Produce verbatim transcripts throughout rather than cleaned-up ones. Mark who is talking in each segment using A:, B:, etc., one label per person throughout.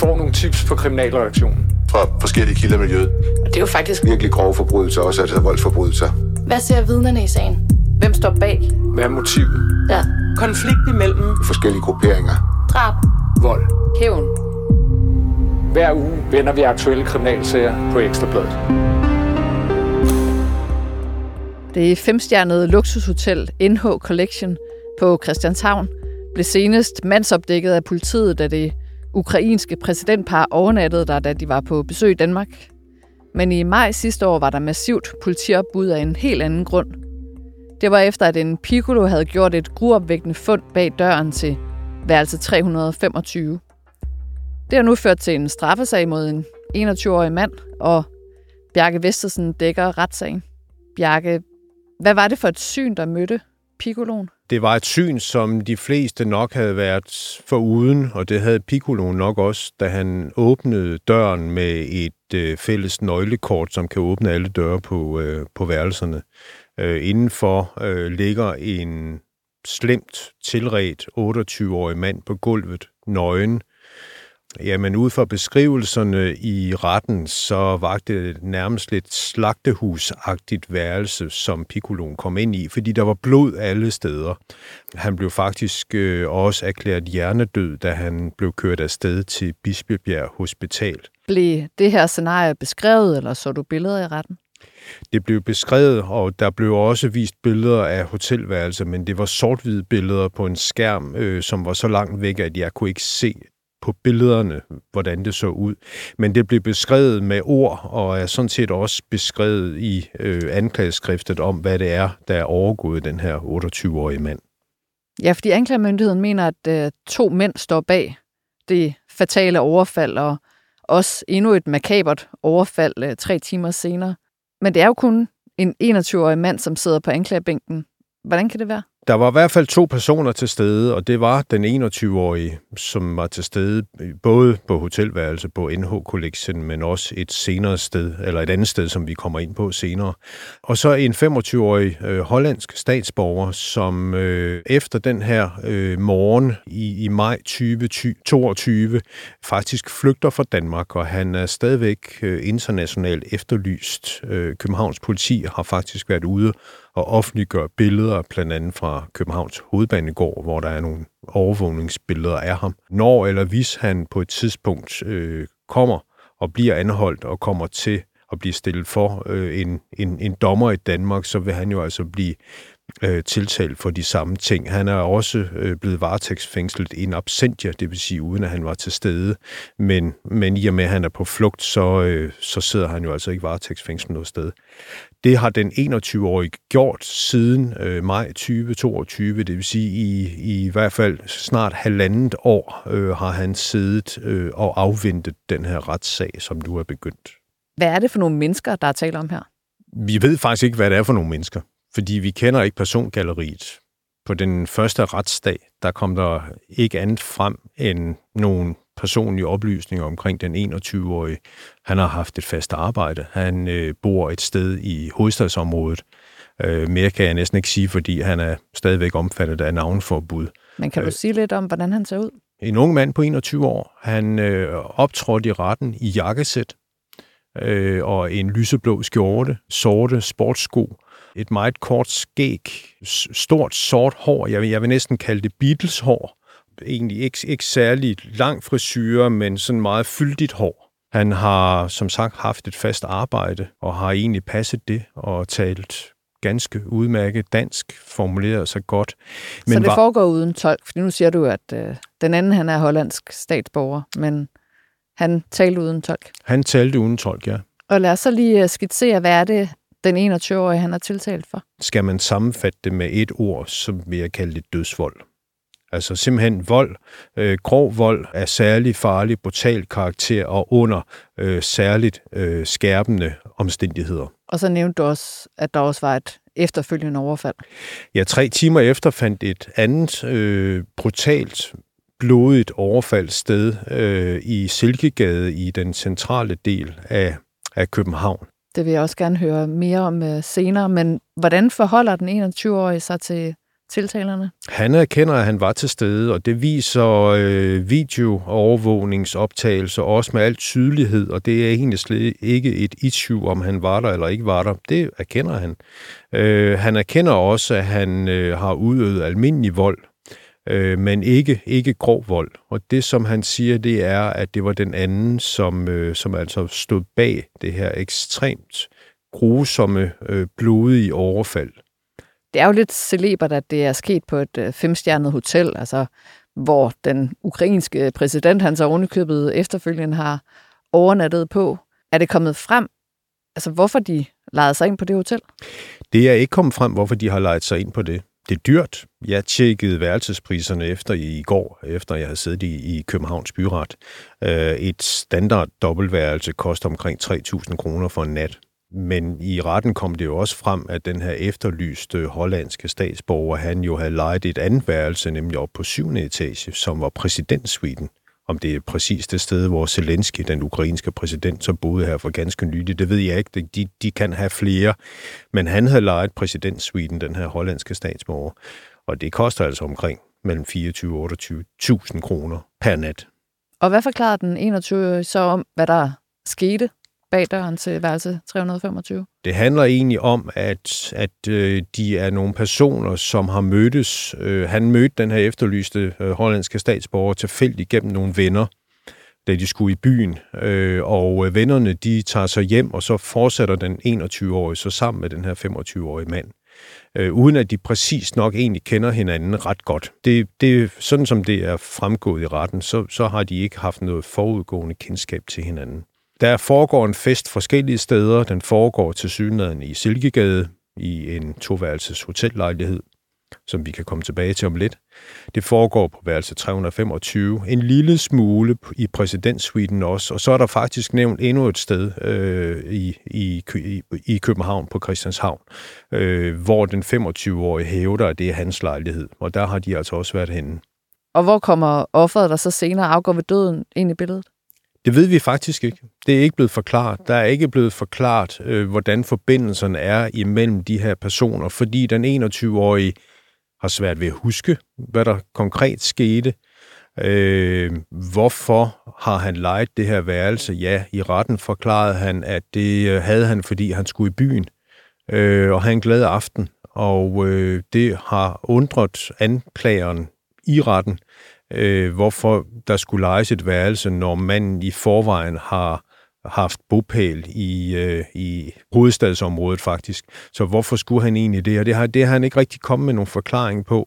A: får nogle tips på kriminalreaktionen.
B: Fra forskellige kilder i miljøet.
C: Og det er jo faktisk
B: virkelig grove forbrydelser, også altså voldsforbrydelser.
C: Hvad ser vidnerne i sagen? Hvem står bag?
A: Hvad er motivet?
C: Ja.
D: Konflikt imellem
B: forskellige grupperinger.
C: Drab.
A: Vold.
C: Hævn.
A: Hver uge vender vi aktuelle kriminalsager på Ekstra Bladet.
E: Det femstjernede luksushotel N H Collection på Christianshavn blev senest mandsopdækket af politiet, da det ukrainske præsidentpar overnattede der, da de var på besøg i Danmark. Men i maj sidste år var der massivt politiopbud af en helt anden grund. Det var efter, at en piccolo havde gjort et gruopvækkende fund bag døren til værelse tre hundrede og femogtyve. Det har nu ført til en straffesag mod en enogtyve-årig mand, og Bjarke Vestersen dækker retssagen. Bjarke, hvad var det for et syn, der mødte piccoloen?
F: Det var et syn, som de fleste nok havde været foruden, og det havde piccoloen nok også, da han åbnede døren med et øh, fælles nøglekort, som kan åbne alle døre på, øh, på værelserne. Øh, indenfor øh, ligger en slemt tilredt otteogtyve-årig mand på gulvet, nøgen. Jamen, ud fra beskrivelserne i retten, så var det nærmest lidt slagtehusagtigt værelse, som piccoloen kom ind i, fordi der var blod alle steder. Han blev faktisk øh, også erklæret hjernedød, da han blev kørt afsted til Bispebjerg Hospital. Blev
E: det her scenarie beskrevet, eller så du billeder i retten?
F: Det blev beskrevet, og der blev også vist billeder af hotelværelser, men det var sort-hvide billeder på en skærm, øh, som var så langt væk, at jeg kunne ikke se på billederne, hvordan det så ud. Men det blev beskrevet med ord, og er sådan set også beskrevet i øh, anklageskriftet om, hvad det er, der er overgået den her otteogtyve-årige mand.
E: Ja, fordi anklagemyndigheden mener, at øh, to mænd står bag det fatale overfald, og også endnu et makabert overfald øh, tre timer senere. Men det er jo kun en enogtyve-årig mand, som sidder på anklagebænken. Hvordan kan det være?
F: Der var i hvert fald to personer til stede, og det var den enogtyve-årige, som var til stede både på hotelværelse på N H Collection, men også et senere sted, eller et andet sted, som vi kommer ind på senere. Og så en femogtyve-årig øh, hollandsk statsborger, som øh, efter den her øh, morgen i, i maj tyve toogtyve faktisk flygter fra Danmark, og han er stadigvæk øh, internationalt efterlyst. Øh, Københavns politi har faktisk været ude og offentliggør billeder, blandt andet fra Københavns Hovedbanegård, hvor der er nogle overvågningsbilleder af ham. Når eller hvis han på et tidspunkt øh, kommer og bliver anholdt og kommer til at blive stillet for øh, en, en, en dommer i Danmark, så vil han jo altså blive øh, tiltalt for de samme ting. Han er også øh, blevet varetægtsfængslet in absentia, det vil sige uden at han var til stede, men, men i og med at han er på flugt, så, øh, så sidder han jo altså ikke varetægtsfængslet noget sted. Det har den enogtyve-årige gjort siden øh, maj tyve toogtyve, det vil sige i, i hvert fald snart halvandet år øh, har han siddet øh, og afventet den her retssag, som nu er begyndt.
E: Hvad er det for nogle mennesker, der er tale om her?
F: Vi ved faktisk ikke, hvad det er for nogle mennesker, fordi vi kender ikke persongalleriet. På den første retsdag, der kom der ikke andet frem end nogle personlige oplysninger omkring den enogtyve-årige. Han har haft et fast arbejde. Han øh, bor et sted i hovedstadsområdet. Øh, mere kan jeg næsten ikke sige, fordi han er stadigvæk omfattet af navneforbud.
E: Men kan du øh, sige lidt om, hvordan han ser ud?
F: En ung mand på enogtyve år. Han øh, optrådte i retten i jakkesæt øh, og en lyseblå skjorte, sorte sportssko, et meget kort skæg, stort sort hår. Jeg vil, jeg vil næsten kalde det Beatles-hår. Egentlig ikke, ikke særlig lang frisyre, men sådan meget fyldigt hår. Han har som sagt haft et fast arbejde, og har egentlig passet det, og talt ganske udmærket dansk, formuleret sig godt.
E: Men så det var... foregår uden tolk? Fordi nu siger du, at øh, den anden han er hollandsk statsborger, men han talte uden tolk?
F: Han talte uden tolk, ja.
E: Og lad os så lige skitsere, hvad er det, den enogtyve-årige han er tiltalt for?
F: Skal man sammenfatte det med et ord, så vil jeg kalde det dødsvold. Altså simpelthen vold, øh, grov vold af særlig farlig, brutal karakter og under øh, særligt øh, skærpende omstændigheder.
E: Og så nævnte du også, at der også var et efterfølgende overfald.
F: Ja, tre timer efter fandt et andet øh, brutalt, blodigt overfald sted øh, i Silkegade i den centrale del af, af København.
E: Det vil jeg også gerne høre mere om øh, senere, men hvordan forholder den enogtyve-årige sig til tiltalerne?
F: Han erkender, at han var til stede, og det viser øh, video-overvågningsoptagelser også med al tydelighed, og det er egentlig slet ikke et issue, om han var der eller ikke var der. Det erkender han. Øh, han erkender også, at han øh, har udøvet almindelig vold, øh, men ikke, ikke grov vold. Og det, som han siger, det er, at det var den anden, som, øh, som altså stod bag det her ekstremt grusomme, øh, blodige overfald.
E: Det er jo lidt celebert, at det er sket på et øh, femstjernet hotel, altså hvor den ukrainske præsident, han så ovenikøbet efterfølgende har overnattet på. Er det kommet frem, altså hvorfor de lejede sig ind på det hotel?
F: Det er ikke kommet frem, hvorfor de har lejet sig ind på det. Det er dyrt. Jeg tjekkede værelsespriserne efter i går, efter jeg havde siddet i, i Københavns Byret. Et standard dobbeltværelse koster omkring tre tusind kroner for en nat. Men i retten kom det jo også frem, at den her efterlyste hollandske statsborger, han jo havde lejet et andet værelse, nemlig op på syvende etage, som var præsidentsuiten. Om det er præcis det sted, hvor Zelensky, den ukrainske præsident, så boede her for ganske nylig, det ved jeg ikke. De, de kan have flere, men han havde lejet præsidentsuiten, den her hollandske statsborger. Og det koster altså omkring mellem fireogtyve og otteogtyve tusind kroner per nat.
E: Og hvad forklarer den enogtyve-årige så om, hvad der skete bag døren til værelse tre hundrede femogtyve?
F: Det handler egentlig om, at, at øh, de er nogle personer, som har mødtes. Øh, han mødte den her efterlyste øh, hollandske statsborger tilfældigt gennem nogle venner, da de skulle i byen. Øh, og øh, vennerne, de tager sig hjem, og så fortsætter den enogtyve-årige så sammen med den her femogtyve-årige mand. Øh, uden at de præcis nok egentlig kender hinanden ret godt. Det, det, sådan som det er fremgået i retten, så, så har de ikke haft noget forudgående kendskab til hinanden. Der foregår en fest forskellige steder. Den foregår tilsyneladende i Silkegade i en toværelses hotellejlighed, som vi kan komme tilbage til om lidt. Det foregår på værelse tre hundrede femogtyve. En lille smule i præsidentsuiten også. Og så er der faktisk nævnt endnu et sted øh, i, i, i København på Christianshavn, øh, hvor den femogtyve-årige hævder, at det er hans lejlighed. Og der har de altså også været henne. Og
E: hvor kommer offeret, der så senere afgår ved døden, ind i billedet?
F: Det ved vi faktisk ikke. Det er ikke blevet forklaret. Der er ikke blevet forklaret, øh, hvordan forbindelserne er imellem de her personer, fordi den enogtyve-årige har svært ved at huske, hvad der konkret skete. Øh, hvorfor har han lejet det her værelse? Ja, i retten forklarede han, at det havde han, fordi han skulle i byen øh, og have en glad aften. Og øh, det har undret anklageren i retten, Øh, hvorfor der skulle lejes et værelse, når manden i forvejen har haft bopæl i, øh, i hovedstadsområdet faktisk. Så hvorfor skulle han egentlig det? Og det har, det har han ikke rigtig kommet med nogen forklaring på.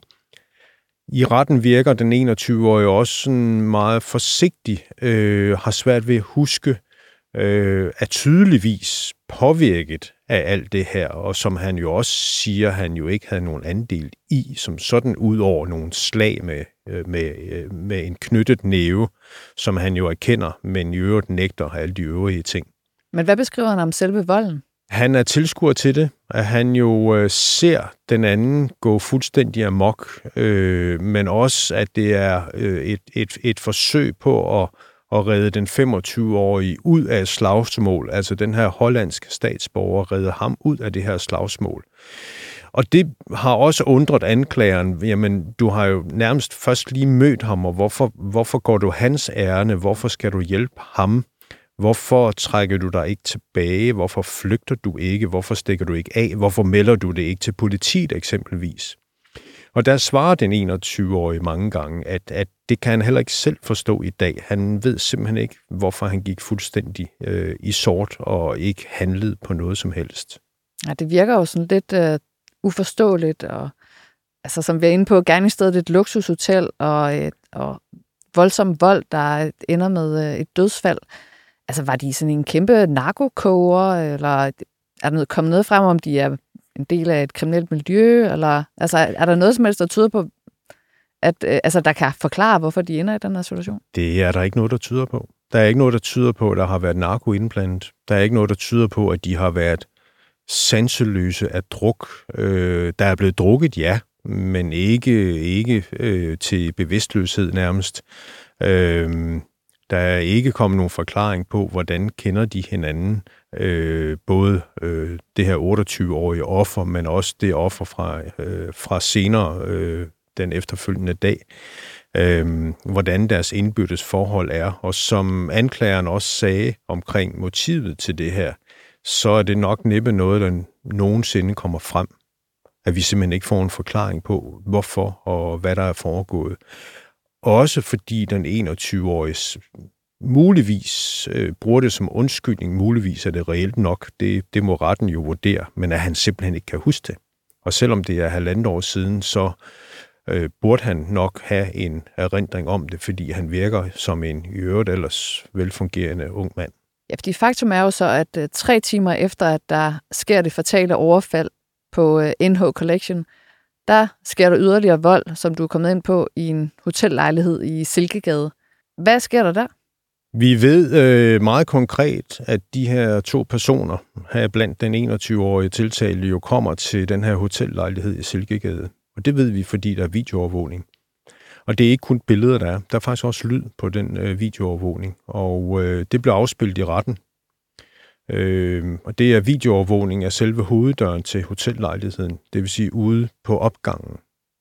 F: I retten virker den enogtyve-årige også sådan meget forsigtig, øh, har svært ved at huske, øh, er tydeligvis påvirket af alt det her, og som han jo også siger, han jo ikke havde nogen andel i, som sådan ud over nogle slag med, med, med en knyttet næve, som han jo erkender, men i øvrigt nægter alle de øvrige ting.
E: Men hvad beskriver han om selve volden?
F: Han er tilskuer til det, at han jo øh, ser den anden gå fuldstændig amok, øh, men også, at det er øh, et, et, et forsøg på at og redde den femogtyve-årige ud af et slagsmål. Altså den her hollandske statsborger redder ham ud af det her slagsmål. Og det har også undret anklageren. Jamen, du har jo nærmest først lige mødt ham, og hvorfor, hvorfor går du hans ærne? Hvorfor skal du hjælpe ham? Hvorfor trækker du dig ikke tilbage? Hvorfor flygter du ikke? Hvorfor stikker du ikke af? Hvorfor melder du det ikke til politiet eksempelvis? Og der svarer den enogtyve-årige mange gange, at, at det kan han heller ikke selv forstå i dag. Han ved simpelthen ikke, hvorfor han gik fuldstændig øh, i sort og ikke handlede på noget som helst.
E: Ja, det virker jo sådan lidt øh, uforståeligt, og altså, som vi er inde på, gerningsstedet et luksushotel og, et, og voldsom vold, der ender med øh, et dødsfald. Altså, var de sådan en kæmpe narkokoger, eller er der noget, kommet noget frem om, de er en del af et kriminelt miljø, eller altså, er der noget som helst, der tyder på, at øh, altså, der kan forklare, hvorfor de ender i den her situation?
F: Det er der ikke noget, der tyder på. Der er ikke noget, der tyder på, at der har været narko indblandet. Der er ikke noget, der tyder på, at de har været sanseløse af druk. Øh, der er blevet drukket, ja, men ikke, ikke øh, til bevidstløshed nærmest. Øh, Der er ikke kommet nogen forklaring på, hvordan kender de hinanden. Øh, både øh, det her otteogtyve-årige offer, men også det offer fra, øh, fra senere øh, den efterfølgende dag. Øh, hvordan deres indbyrdes forhold er. Og som anklageren også sagde omkring motivet til det her, så er det nok næppe noget, der nogensinde kommer frem. At vi simpelthen ikke får en forklaring på, hvorfor og hvad der er foregået. Også fordi den enogtyve-årige muligvis øh, bruger det som undskyldning, muligvis er det reelt nok, det, det må retten jo vurdere, men at han simpelthen ikke kan huske det. Og selvom det er halvandet år siden, så øh, burde han nok have en erindring om det, fordi han virker som en i øvrigt ellers velfungerende ung mand.
E: Ja, fordi faktum er jo så, at uh, tre timer efter, at der sker det fatale overfald på uh, N H Collection, der sker der yderligere vold, som du er kommet ind på, i en hotellejlighed i Silkegade. Hvad sker der der?
F: Vi ved øh, meget konkret, at de her to personer, her blandt den enogtyve-årige tiltalte, jo kommer til den her hotellejlighed i Silkegade. Og det ved vi, fordi der er videoovervågning. Og det er ikke kun billeder, der er. Der er faktisk også lyd på den øh, videoovervågning. Og øh, det blev afspillet i retten. Øh, og det er videoovervågning af selve hoveddøren til hotellejligheden. Det vil sige ude på opgangen.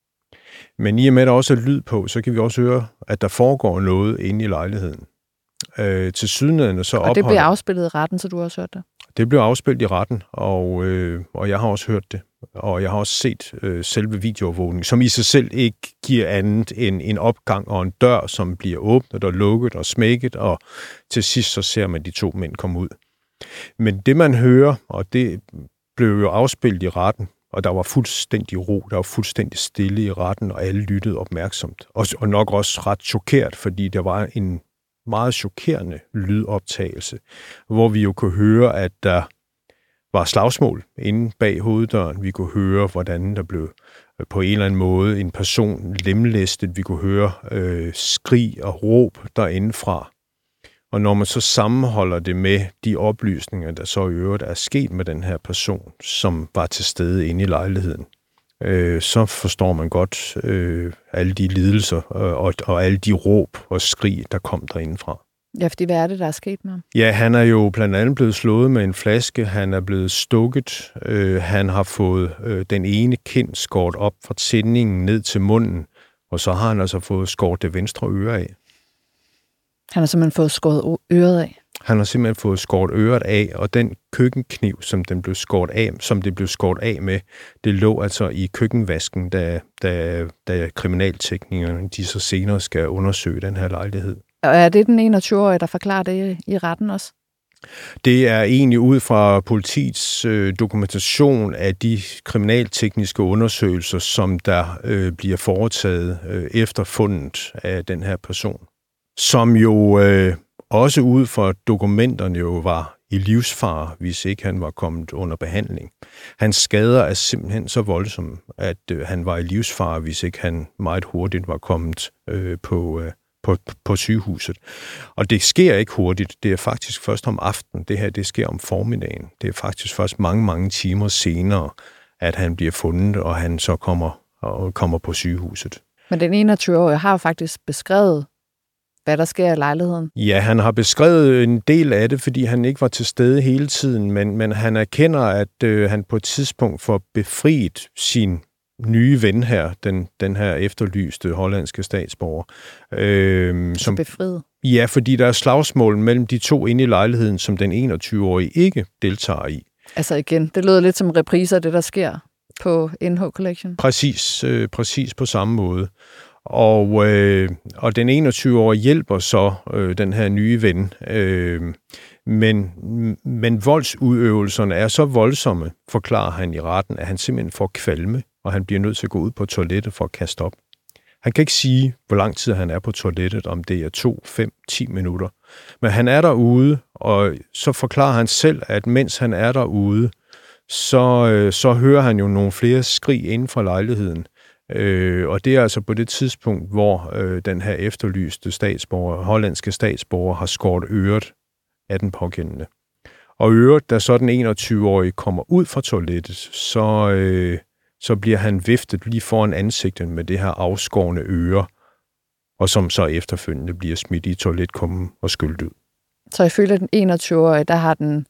F: Men i og med, at der også er lyd på, så kan vi også høre, at der foregår noget inde i lejligheden. Øh, til sydenladende så opholder...
E: Og det bliver afspillet i retten, så du har også hørt det?
F: Det blev afspillet i retten, og, øh, og jeg har også hørt det. Og jeg har også set øh, selve videoovervågningen, som i sig selv ikke giver andet end en opgang og en dør, som bliver åbnet og lukket og smækket, og til sidst så ser man de to mænd komme ud. Men det man hører, og det blev jo afspillet i retten, og der var fuldstændig ro, der var fuldstændig stille i retten, og alle lyttede opmærksomt. Og, og nok også ret chokeret, fordi der var en meget chokerende lydoptagelse, hvor vi jo kunne høre, at der var slagsmål inde bag hoveddøren. Vi kunne høre, hvordan der blev på en eller anden måde en person lemlæstet. Vi kunne høre øh, skrig og råb derindefra. Og når man så sammenholder det med de oplysninger, der så i øvrigt er sket med den her person, som var til stede inde i lejligheden, øh, så forstår man godt øh, alle de lidelser og, og alle de råb og skrig, der kom derindefra.
E: Ja, fordi hvad er det, der er sket med ham?
F: Ja, han er jo blandt andet blevet slået med en flaske, han er blevet stukket, øh, han har fået øh, den ene kind skåret op fra tændingen ned til munden, og så har han altså fået skåret det venstre øre af.
E: Han har simpelthen fået skåret øret af? Han
F: har simpelthen fået skåret øret af, og den køkkenkniv, som den blev skåret af, som det blev skåret af med, det lå altså i køkkenvasken, da, da, da kriminalteknikerne de så senere skal undersøge den her lejlighed.
E: Og er det den enogtyve-årige, der forklarer det i retten også?
F: Det er egentlig ud fra politiets øh, dokumentation af de kriminaltekniske undersøgelser, som der øh, bliver foretaget øh, efter fundet af den her person. Som jo øh, også ud fra dokumenterne jo var i livsfare, hvis ikke han var kommet under behandling. Hans skader er simpelthen så voldsomme, at øh, han var i livsfare, hvis ikke han meget hurtigt var kommet øh, på, øh, på, på sygehuset. Og det sker ikke hurtigt. Det er faktisk først om aftenen. Det her, det sker om formiddagen. Det er faktisk først mange, mange timer senere, at han bliver fundet, og han så kommer, og kommer på sygehuset.
E: Men den enogtyve-årige har jo faktisk beskrevet, hvad der sker i lejligheden.
F: Ja, han har beskrevet en del af det, fordi han ikke var til stede hele tiden, men, men han erkender, at øh, han på et tidspunkt får befriet sin nye ven her, den, den her efterlyste hollandske statsborger. Øh, som
E: befriet? Ja,
F: fordi der er slagsmål mellem de to inde i lejligheden, som den enogtyve-årige ikke deltager i.
E: Altså igen, det lyder lidt som repriser, det der sker på N H Collection.
F: Præcis, øh, præcis på samme måde. Og, øh, og den enogtyve-årige hjælper så øh, den her nye ven. Øh, men, men voldsudøvelserne er så voldsomme, forklarer han i retten, at han simpelthen får kvalme, og han bliver nødt til at gå ud på toilettet for at kaste op. Han kan ikke sige, hvor lang tid han er på toilettet, om det er to, fem, ti minutter. Men han er derude, og så forklarer han selv, at mens han er derude, så, øh, så hører han jo nogle flere skrig inden for lejligheden. Øh, og det er altså på det tidspunkt, hvor øh, den her efterlyste statsborger, hollandske statsborger, har skåret øret af den pågældende. Og øret, da så den enogtyve-årige kommer ud fra toilettet, så, øh, så bliver han viftet lige foran ansigtet med det her afskårne øre. og som så efterfølgende bliver smidt i toiletkummen og skyllet ud.
E: Så ifølge den enogtyve-årige, der har den...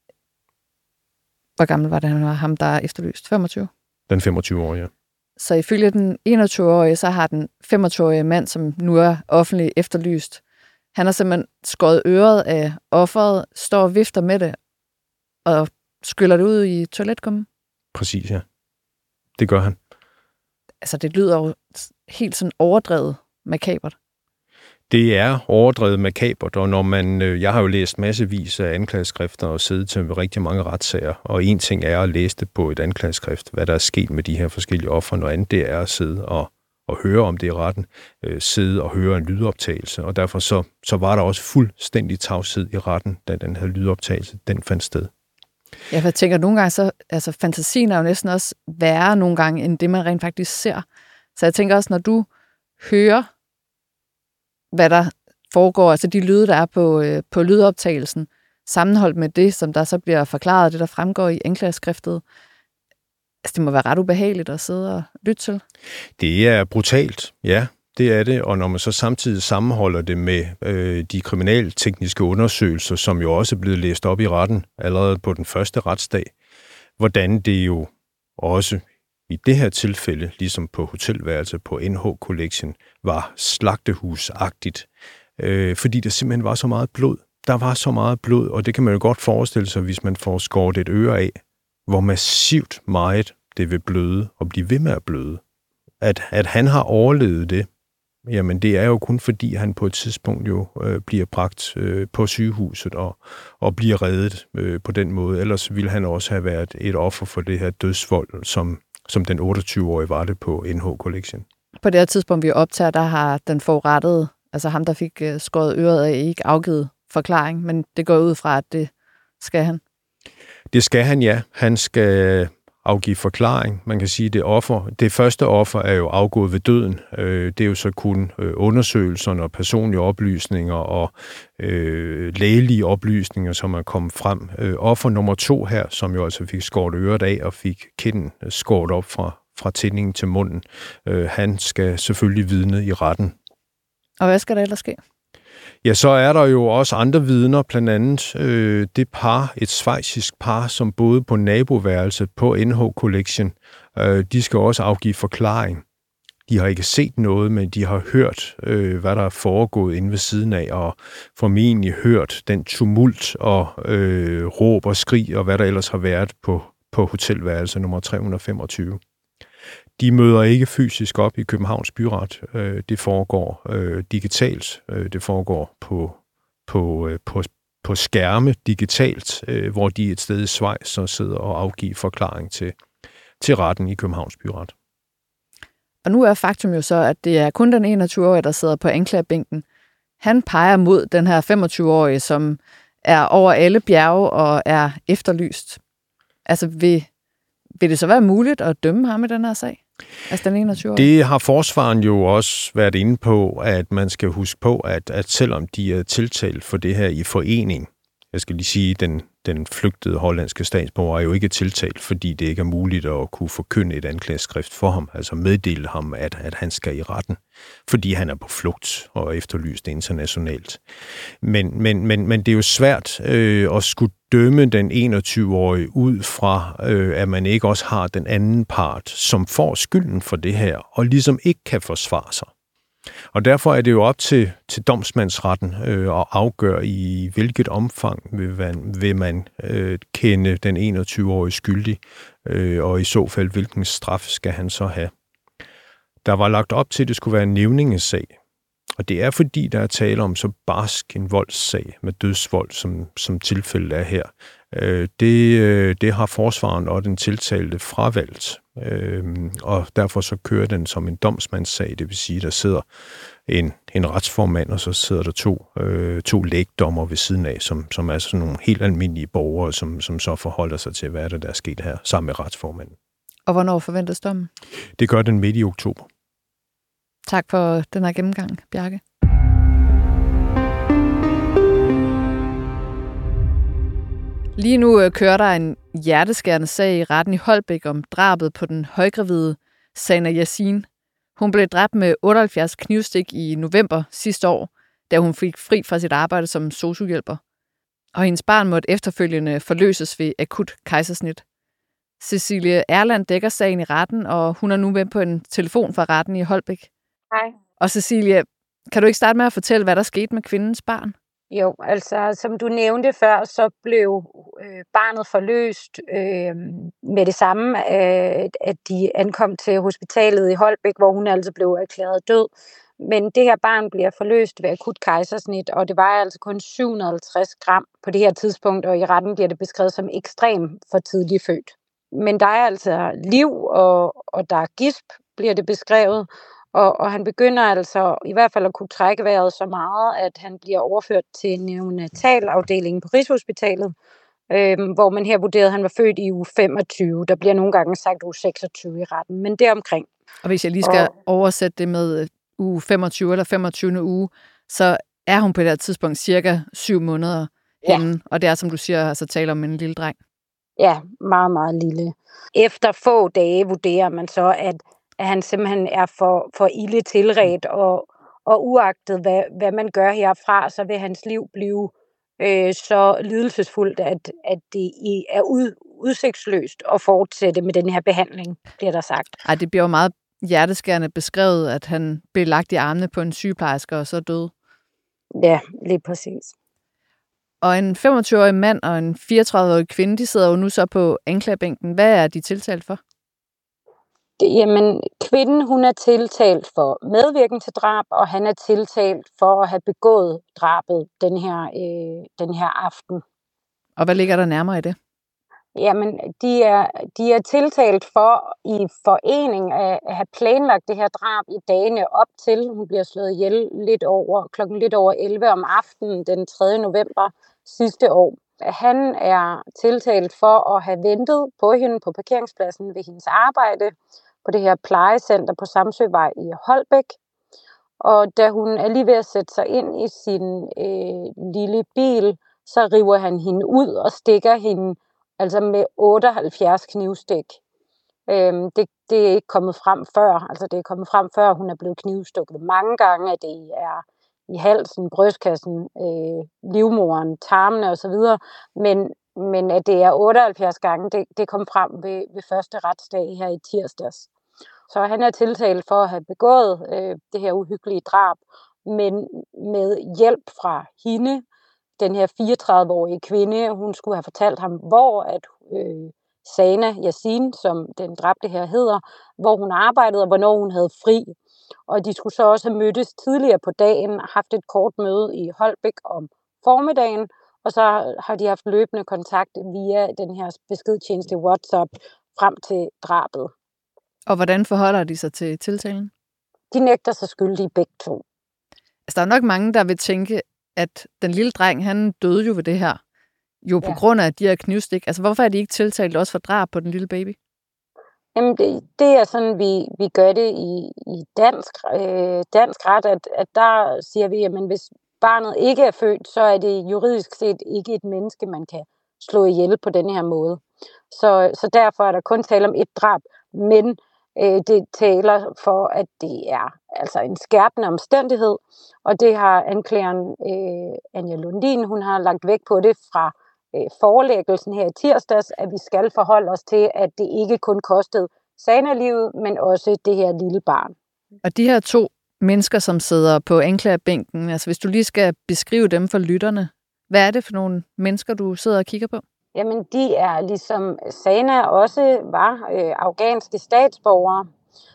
E: Hvor gammel var det, han var? Ham, der er efterlyst? femogtyve?
F: Den femogtyve-årige, ja.
E: Så ifølge den enogtyve-årige, så har den femogtyve-årige mand, som nu er offentligt efterlyst, han har simpelthen skåret øret af offeret, står og vifter med det, og skyller det ud i toiletkummen.
F: Præcis, ja. Det gør han.
E: Altså, det lyder jo helt sådan overdrevet makabert.
F: Det er overdrevet makabert, og når man, jeg har jo læst massevis af anklageskrifter og siddet til rigtig mange retssager, og en ting er at læse det på et anklageskrift, hvad der er sket med de her forskellige ofre, noget andet det er at sidde og, og høre om det i retten, øh, sidde og høre en lydoptagelse, og derfor så, så var der også fuldstændig tavshed i retten, da den her lydoptagelse, den fandt sted.
E: Ja, for jeg tænker, nogle gange så, altså fantasien er jo næsten også værre nogle gange, end det man rent faktisk ser. Så jeg tænker også, når du hører, hvad der foregår, altså de lyde, der er på, øh, på lydoptagelsen, sammenholdt med det, som der så bliver forklaret, det der fremgår i anklageskriftet, altså det må være ret ubehageligt at sidde og lytte til. Det
F: er brutalt, ja. Det er det, og når man så samtidig sammenholder det med øh, de kriminaltekniske undersøgelser, som jo også er blevet læst op i retten allerede på den første retsdag, hvordan det jo også i det her tilfælde, ligesom på hotelværelse på N H Collection, var slagtehusagtigt, øh, fordi der simpelthen var så meget blod. Der var så meget blod, og det kan man jo godt forestille sig, hvis man får skåret et øre af, hvor massivt meget det vil bløde og blive ved med at bløde. At, at han har overlevet det, jamen det er jo kun fordi, han på et tidspunkt jo øh, bliver bragt øh, på sygehuset og, og bliver reddet øh, på den måde. Ellers ville han også have været et offer for det her dødsvold, som, som den otteogtyve-årige var det på N H Collection. På det her tidspunkt, vi optager, der har den forurettede, altså ham, der fik øh, skåret øret af, ikke afgivet forklaring, men det går ud fra, at det skal han. Det skal han, ja. Han skal afgive forklaring. Man kan sige, at det offer, det første offer er jo afgået ved døden. Det er jo så kun undersøgelserne og personlige oplysninger og øh, lægelige oplysninger, som er kommet frem. Offer nummer to her, som jo altså fik skåret øret af og fik kinden skåret op fra, fra tændingen til munden, øh, han skal selvfølgelig vidne i retten. Og hvad skal der ellers ske? Ja, så er der jo også andre vidner, blandt andet øh, det par, et schweizisk par, som boede på naboværelset på N H Collection. Øh, de skal også afgive forklaring. De har ikke set noget, men de har hørt, øh, hvad der er foregået inde ved siden af, og formentlig hørt den tumult og øh, råb og skrig, og hvad der ellers har været på, på hotelværelse nummer tre hundrede femogtyve. De møder ikke fysisk op i Københavns Byret. Det foregår øh, digitalt. Det foregår på, på, på, på skærme digitalt, øh, hvor de et sted i Schweiz så sidder og afgiver forklaring til, til retten i Københavns Byret. Og nu er faktum jo så, at det er kun den enogtyve-årige, der sidder på anklagebænken. Han peger mod den her femogtyve-årige, som er over alle bjerge og er efterlyst. Altså vil, vil det så være muligt at dømme ham i den her sag? Altså den enogtyve-årige? Det har forsvaren jo også været inde på, at man skal huske på, at, at selvom de er tiltalt for det her i forening, jeg skal lige sige, den, den flygtede hollandske statsborger er jo ikke tiltalt, fordi det ikke er muligt at kunne forkynde et anklageskrift for ham, altså meddele ham, at, at han skal i retten, fordi han er på flugt og efterlyst internationalt. Men, men, men, men det er jo svært øh, at skulle dømme den enogtyve-årige ud fra, øh, at man ikke også har den anden part, som får skylden for det her, og ligesom ikke kan forsvare sig. Og derfor er det jo op til, til domsmandsretten øh, at afgøre, i hvilket omfang vil man, vil man øh, kende den enogtyve-årige skyldig, øh, og i så fald, hvilken straf skal han så have. Der var lagt op til, at det skulle være en nævningesag, og det er fordi, der er tale om så barsk en voldssag med dødsvold, som, som tilfældet er her. Øh, det, øh, det har forsvaren og den tiltalte fravalgt. Øhm, og derfor så kører den som en domsmandssag, det vil sige, der sidder en, en retsformand, og så sidder der to, øh, to lægdommer ved siden af, som, som er sådan nogle helt almindelige borgere, som, som så forholder sig til, hvad er det, der er sket her, sammen med retsformanden. Og hvornår forventes dommen? Det gør den midt i oktober. Tak for den her gennemgang, Bjarke. Lige nu øh, kører der en hjerteskærende sag i retten i Holbæk om drabet på den højgravide Sana Yasin.
E: Hun blev dræbt med otteoghalvfjerds knivstik i november sidste år, da hun fik fri fra sit arbejde som sosu-hjælper. Og hendes barn måtte efterfølgende forløses ved akut kejsersnit. Cecilie Erland dækker sagen i retten, og hun er nu med på en telefon fra retten i Holbæk.
D: Hej.
E: Og Cecilie, kan du ikke starte med at fortælle, hvad der skete med kvindens barn?
D: Jo, altså som du nævnte før, så blev øh, barnet forløst øh, med det samme, øh, at de ankom til hospitalet i Holbæk, hvor hun altså blev erklæret død. Men det her barn bliver forløst ved akut kejsersnit, og det vejer altså kun syv hundrede og halvtreds gram på det her tidspunkt, og i retten bliver det beskrevet som ekstrem for tidligt født. Men der er altså liv, og, og der er gisp, bliver det beskrevet. Og, og han begynder altså i hvert fald at kunne trække vejret så meget, at han bliver overført til neonatalafdelingen på Rigshospitalet, øh, hvor man her vurderede, at han var født i uge femogtyve. Der bliver nogle gange sagt uge seksogtyve i retten, men deromkring.
E: Og hvis jeg lige skal og... oversætte det med uge femogtyve eller femogtyvende uge, så er hun på det her tidspunkt cirka syv måneder henne, ja. Og det er, som du siger, altså tale om en lille dreng.
D: Ja, meget, meget lille. Efter få dage vurderer man så, at at han simpelthen er for, for ilde tilredt, og, og uagtet hvad, hvad man gør herfra, så vil hans liv blive øh, så lidelsesfuldt, at, at det er ud, udsigtsløst at fortsætte med den her behandling, bliver der sagt.
E: Ej, det bliver jo meget hjerteskærende beskrevet, at han blev lagt i armene på en sygeplejerske og så døde.
D: Ja, lige præcis.
E: Og en femogtyve-årig mand og en fireogtredive-årig kvinde, de sidder jo nu så på anklagebænken. Hvad er de tiltalt for?
D: Jamen, kvinden, hun er tiltalt for medvirken til drab, og han er tiltalt for at have begået drabet den her, øh, den her aften.
E: Og hvad ligger der nærmere i det?
D: Jamen, de er, de er tiltalt for i forening at, at have planlagt det her drab i dagene op til. Hun bliver slået ihjel lidt over, klokken lidt over elleve om aftenen den tredje november sidste år. Han er tiltalt for at have ventet på hende på parkeringspladsen ved hendes arbejde på det her plejecenter på Samsøvej i Holbæk. Og da hun er lige ved at sætte sig ind i sin øh, lille bil, så river han hende ud og stikker hende altså med otteoghalvfjerds knivstik. Øhm, det, det er ikke kommet frem før. Altså det er kommet frem før, hun er blevet knivstukket mange gange, at det er i halsen, brystkassen, øh, livmoderen, tarmene osv. Men, men at det er otteoghalvfjerds gange, det, det kom frem ved, ved første retsdag her i tirsdags. Så han er tiltalt for at have begået øh, det her uhyggelige drab, men med hjælp fra hende, den her fireogtredive-årige kvinde. Hun skulle have fortalt ham, hvor at øh, Sana Yasin, som den dræbte her hedder, hvor hun arbejdede og hvornår hun havde fri. Og de skulle så også have mødtes tidligere på dagen, haft et kort møde i Holbæk om formiddagen, og så har de haft løbende kontakt via den her beskedtjeneste WhatsApp frem til drabet.
E: Og hvordan forholder de sig til tiltalen?
D: De nægter sig skyldige begge to.
E: Altså, der er nok mange, der vil tænke, at den lille dreng, han døde jo ved det her. Jo på ja. grund af de her knivstik. Altså, hvorfor er de ikke tiltalt også for drab på den lille baby?
D: Jamen, det, det er sådan, vi, vi gør det i, i dansk, øh, dansk ret, at, at der siger vi, at hvis barnet ikke er født, så er det juridisk set ikke et menneske, man kan slå ihjel på den her måde. Så, så derfor er der kun tale om et drab, men øh, det taler for, at det er altså en skærpende omstændighed, og det har anklageren øh, Anja Lundin, hun har lagt vægt på det fra øh, forelæggelsen her i tirsdags, at vi skal forholde os til, at det ikke kun kostede Sana livet, men også det her lille barn.
E: Og de her to mennesker, som sidder på anklagebænken, altså hvis du lige skal beskrive dem for lytterne, hvad er det for nogle mennesker, du sidder og kigger på?
D: Jamen, de er ligesom Sana også var øh, afghanske statsborgere,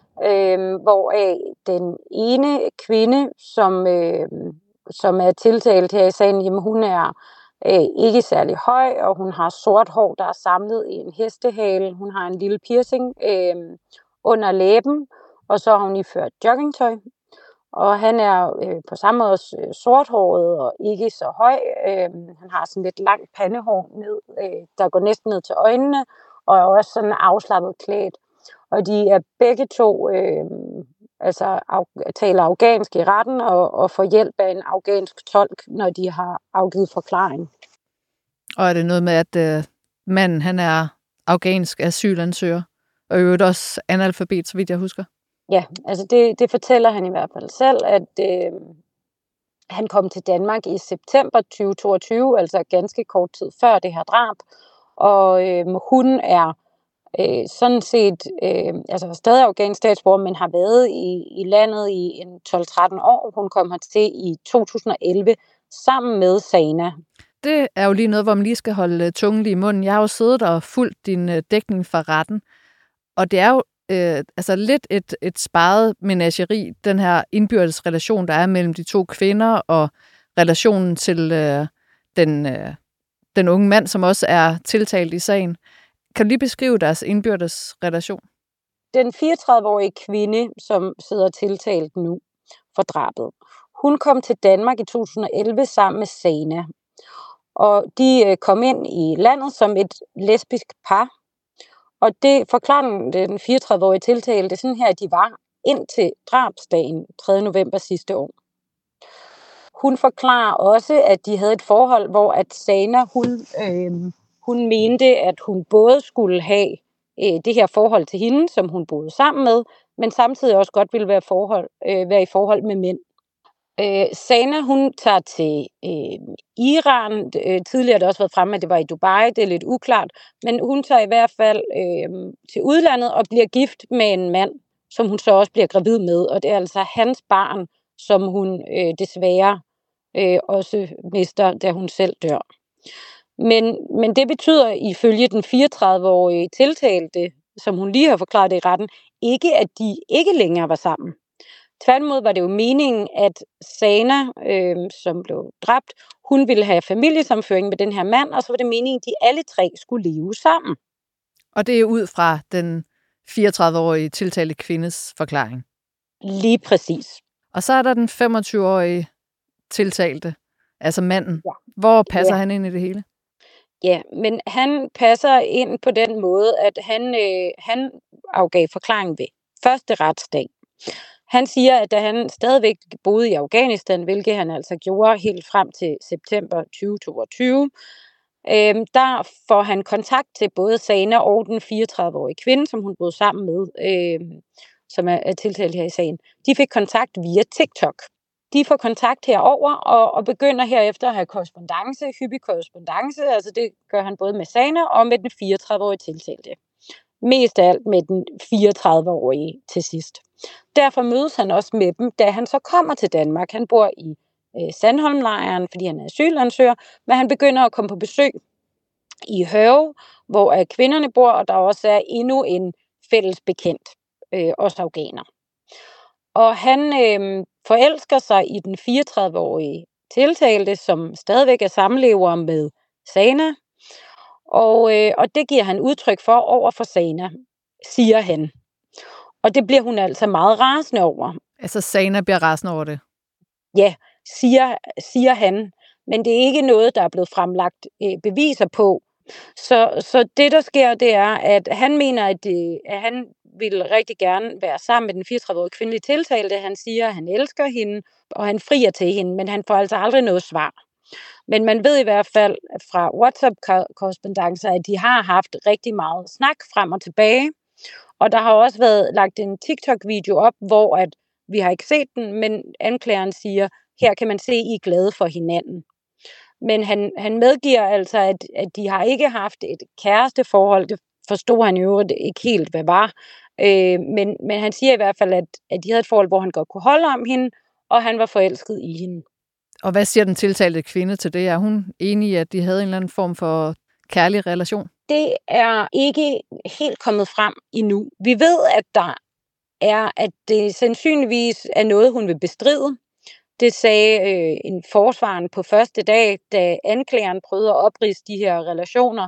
D: øh, hvor øh, den ene kvinde, som, øh, som er tiltalt her i sagen, jamen, hun er øh, ikke særlig høj, og hun har sort hår, der er samlet i en hestehale. Hun har en lille piercing øh, under læben, og så har hun iført joggingtøj. Og han er øh, på samme måde øh, sorthåret og ikke så høj. Øh, han har sådan lidt langt pandehår, ned, øh, der går næsten ned til øjnene, og er også sådan afslappet klædt. Og de er begge to øh, altså, af, taler afghansk i retten og, og får hjælp af en afghansk tolk, når de har afgivet forklaring.
E: Og er det noget med, at øh, manden han er afghansk asylansøger, og i øvrigt også analfabet, så vidt jeg husker?
D: Ja, altså det, det fortæller han i hvert fald selv, at øh, han kom til Danmark i september tyve toogtyve, altså ganske kort tid før det her drab. Og øh, hun er øh, sådan set øh, altså stadig afghansk statsborger, men har været i, i landet i en tolv tretten år. Hun kom hertil i to tusind og elleve sammen med Sana.
E: Det er jo lige noget, hvor man lige skal holde tungen lige i munden. Jeg har jo siddet og fulgt din øh, dækning fra retten, og det er jo øh, altså lidt et, et sparet menageri, den her indbyrdes relation, der er mellem de to kvinder, og relationen til øh, den, øh, den unge mand, som også er tiltalt i sagen. Kan du lige beskrive deres indbyrdes relation?
D: Den fireogtredive-årige kvinde, som sidder tiltalt nu for drabet, hun kom til Danmark i to tusind og elleve sammen med Sana. Og de øh, kom ind i landet som et lesbisk par. Og det forklarer den fireogtredive-årige tiltalte sådan her, at de var indtil drabsdagen tredje november sidste år. Hun forklarer også, at de havde et forhold, hvor at Sana, hun, øh, hun mente, at hun både skulle have øh, det her forhold til hende, som hun boede sammen med, men samtidig også godt ville være, forhold, øh, være i forhold med mænd. Øh, Sana, hun tager til øh, Iran. Øh, tidligere har det også været fremme, at det var i Dubai. Det er lidt uklart. Men hun tager i hvert fald øh, til udlandet og bliver gift med en mand, som hun så også bliver gravid med. Og det er altså hans barn, som hun øh, desværre øh, også mister, da hun selv dør. Men, men det betyder ifølge den fireogtredive-årige tiltalte, som hun lige har forklaret det i retten, ikke at de ikke længere var sammen. Tværtimod var det jo meningen, at Sana, øh, som blev dræbt, hun ville have familiesammenføring med den her mand, og så var det meningen, at de alle tre skulle leve sammen.
E: Og det er ud fra den fireogtredive-årige tiltalte kvindes forklaring.
D: Lige præcis.
E: Og så er der den femogtyve-årige tiltalte, altså manden.
D: Ja.
E: Hvor passer
D: Ja.
E: han ind i det hele?
D: Ja, men han passer ind på den måde, at han, øh, han afgav forklaring ved første retsdag. Han siger, at da han stadigvæk boede i Afghanistan, hvilket han altså gjorde helt frem til september tyve toogtyve, øh, der får han kontakt til både Sana og den fireogtredive-årige kvinde, som hun boede sammen med, øh, som er, er tiltalt her i sagen. De fik kontakt via TikTok. De får kontakt herover og, og begynder herefter at have korrespondance, hyppig korrespondance. Altså det gør han både med Sana og med den fireogtredive-årige tiltalte. Mest af alt med den fireogtredive-årige til sidst. Derfor mødes han også med dem, da han så kommer til Danmark. Han bor i øh, Sandholmlejren, fordi han er asylansøger, men han begynder at komme på besøg i Hørve, hvor øh, kvinderne bor, og der også er endnu en fælles bekendt, øh, også afghaner. Og han øh, forelsker sig i den fireogtredive-årige tiltalte, som stadigvæk er samlever med Sana, og, øh, og det giver han udtryk for over for Sana, siger han. Og det bliver hun altså meget rasende over.
E: Altså Sana bliver rasende over det?
D: Ja, siger, siger han. Men det er ikke noget, der er blevet fremlagt øh, beviser på. Så, så det, der sker, det er, at han mener, at, det, at han vil rigtig gerne være sammen med den fireogtredive-årige kvindelige tiltalte. Han siger, at han elsker hende, og han frier til hende, men han får altså aldrig noget svar. Men man ved i hvert fald fra WhatsApp-korrespondancer, at de har haft rigtig meget snak frem og tilbage. Og der har også været lagt en TikTok-video op, hvor at, vi har ikke set den, men anklageren siger, her kan man se, I er glade for hinanden. Men han, han medgiver altså, at, at de har ikke haft et kæresteforhold. Det forstod han jo ikke helt, hvad var. Øh, men, men han siger i hvert fald, at, at de havde et forhold, hvor han godt kunne holde om hende, og han var forelsket i hende.
E: Og hvad siger den tiltalte kvinde til det? Er hun enig i, at de havde en eller anden form for kærlig relation?
D: Det er ikke helt kommet frem endnu. Vi ved, at der er, at det sandsynligvis er noget, hun vil bestride. Det sagde øh, en forsvaren på første dag, da anklageren prøvede at opridse de her relationer.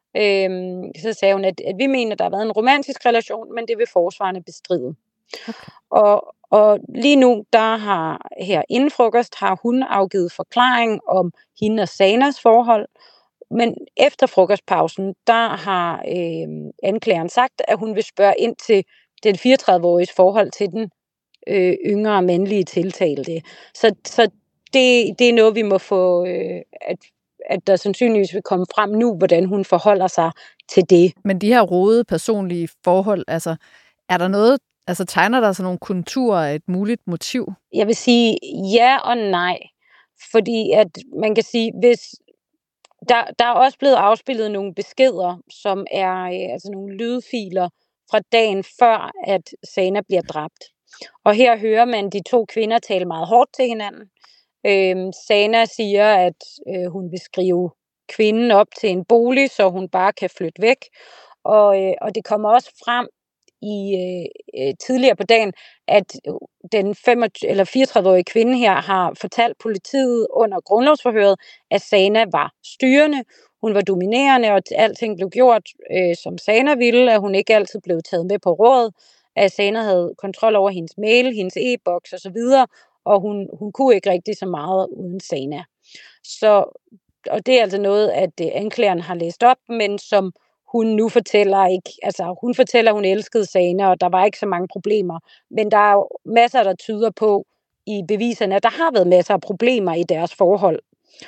D: Øhm, så sagde hun, at, at vi mener, at der har været en romantisk relation, men det vil forsvarerne bestride. Okay. Og, og lige nu, der har her inden frokost, har hun afgivet forklaring om hende og Sanas forhold. Men efter frokostpausen, der har øh, anklageren sagt, at hun vil spørge ind til den fireogtredive-åriges forhold til den øh, yngre mandlige tiltalte. Så, så det, det er noget, vi må få, øh, at, at der sandsynligvis vil komme frem nu, hvordan hun forholder sig til det.
E: Men de her rodede personlige forhold, altså er der noget, Altså tegner der sådan nogle konturer af et muligt motiv?
D: Jeg vil sige ja og nej. Fordi at man kan sige, hvis der, der er også blevet afspillet nogle beskeder, som er øh, altså nogle lydfiler fra dagen før, at Sana bliver dræbt. Og her hører man de to kvinder tale meget hårdt til hinanden. Øh, Sana siger, at øh, hun vil skrive kvinden op til en bolig, så hun bare kan flytte væk. Og, øh, og det kommer også frem i øh, tidligere på dagen, at den femogtyve, eller fireogtredive-årige kvinde her har fortalt politiet under grundlovsforhøret, at Sana var styrende, hun var dominerende, og alting blev gjort, øh, som Sana ville, at hun ikke altid blev taget med på råd, at Sana havde kontrol over hendes mail, hendes e-boks osv., og hun, hun kunne ikke rigtig så meget uden Sana. Så, og det er altså noget, at anklageren har læst op, men som hun nu fortæller ikke, altså hun fortæller, at hun elskede Sana, og der var ikke så mange problemer. Men der er jo masser, der tyder på i beviserne, at der har været masser af problemer i deres forhold.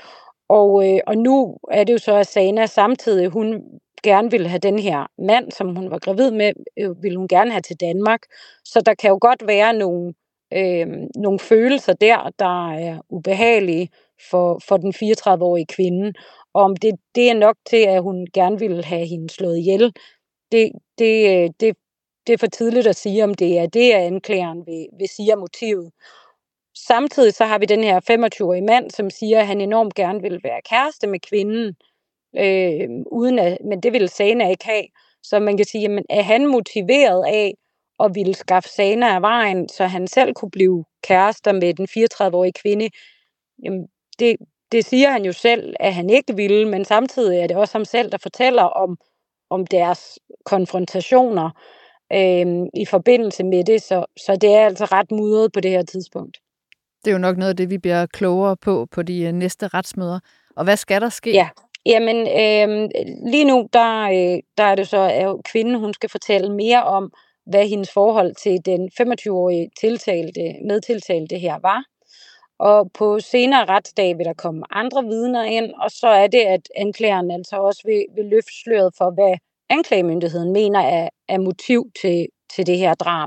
D: Og, øh, og nu er det jo så, at Sana samtidig, hun gerne ville have den her mand, som hun var gravid med, øh, ville hun gerne have til Danmark. Så der kan jo godt være nogle, øh, nogle følelser der, der er ubehagelige for, for den fireogtredive-årige kvinde. Og om det, det er nok til, at hun gerne ville have hende slået ihjel, det, det, det, det er for tidligt at sige, om det er det, at anklageren vil, vil sige af motivet. Samtidig så har vi den her femogtyve-årige mand, som siger, at han enormt gerne vil være kæreste med kvinden, øh, uden at, men det ville Sana ikke have. Så man kan sige, jamen, er han motiveret af at ville skaffe Sana af vejen, så han selv kunne blive kærester med den fireogtredive-årige kvinde? Jamen, det Det siger han jo selv, at han ikke ville, men samtidig er det også ham selv, der fortæller om, om deres konfrontationer øh, i forbindelse med det. Så, så det er altså ret mudret på det her tidspunkt.
E: Det er jo nok noget af det, vi bliver klogere på på de næste retsmøder. Og hvad skal der ske?
D: Ja, jamen øh, lige nu, der, øh, der er det så, at kvinden, hun skal fortælle mere om, hvad hendes forhold til den femogtyve-årige tiltalte, medtiltalte her var. Og på senere retsdag vil der komme andre vidner ind, og så er det, at anklageren altså også vil, vil løfte sløret for, hvad anklagemyndigheden mener er, er motiv til, til det her drab.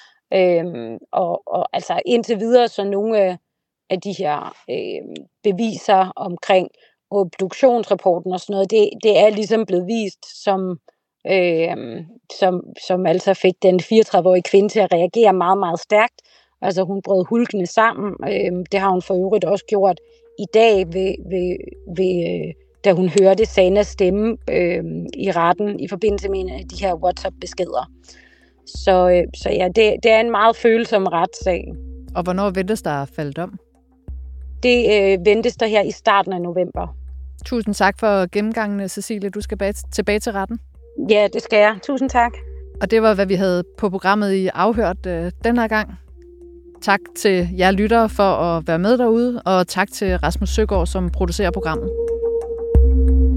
D: Øhm, og, og altså indtil videre, så nogle af, af de her øh, beviser omkring obduktionsrapporten og sådan noget, det, det er ligesom blevet vist, som, øh, som, som altså fik den fireogtredive-årige kvinde til at reagere meget, meget stærkt. Altså hun brød hulkende sammen. Øh, det har hun for øvrigt også gjort i dag, ved, ved, ved, øh, da hun hørte Sanas stemme øh, i retten i forbindelse med de her WhatsApp-beskeder. Så, øh, så ja, det, det er en meget følsom retssag.
E: Og hvornår ventes der at falde dom?
D: Det øh, ventes der her i starten af november.
E: Tusind tak for gennemgangen, Cecilie. Du skal bag, tilbage til retten.
D: Ja, det skal jeg. Tusind tak.
E: Og det var, hvad vi havde på programmet i Afhørt øh, den her gang. Tak til jer lyttere for at være med derude, og tak til Rasmus Søgaard, som producerer programmet.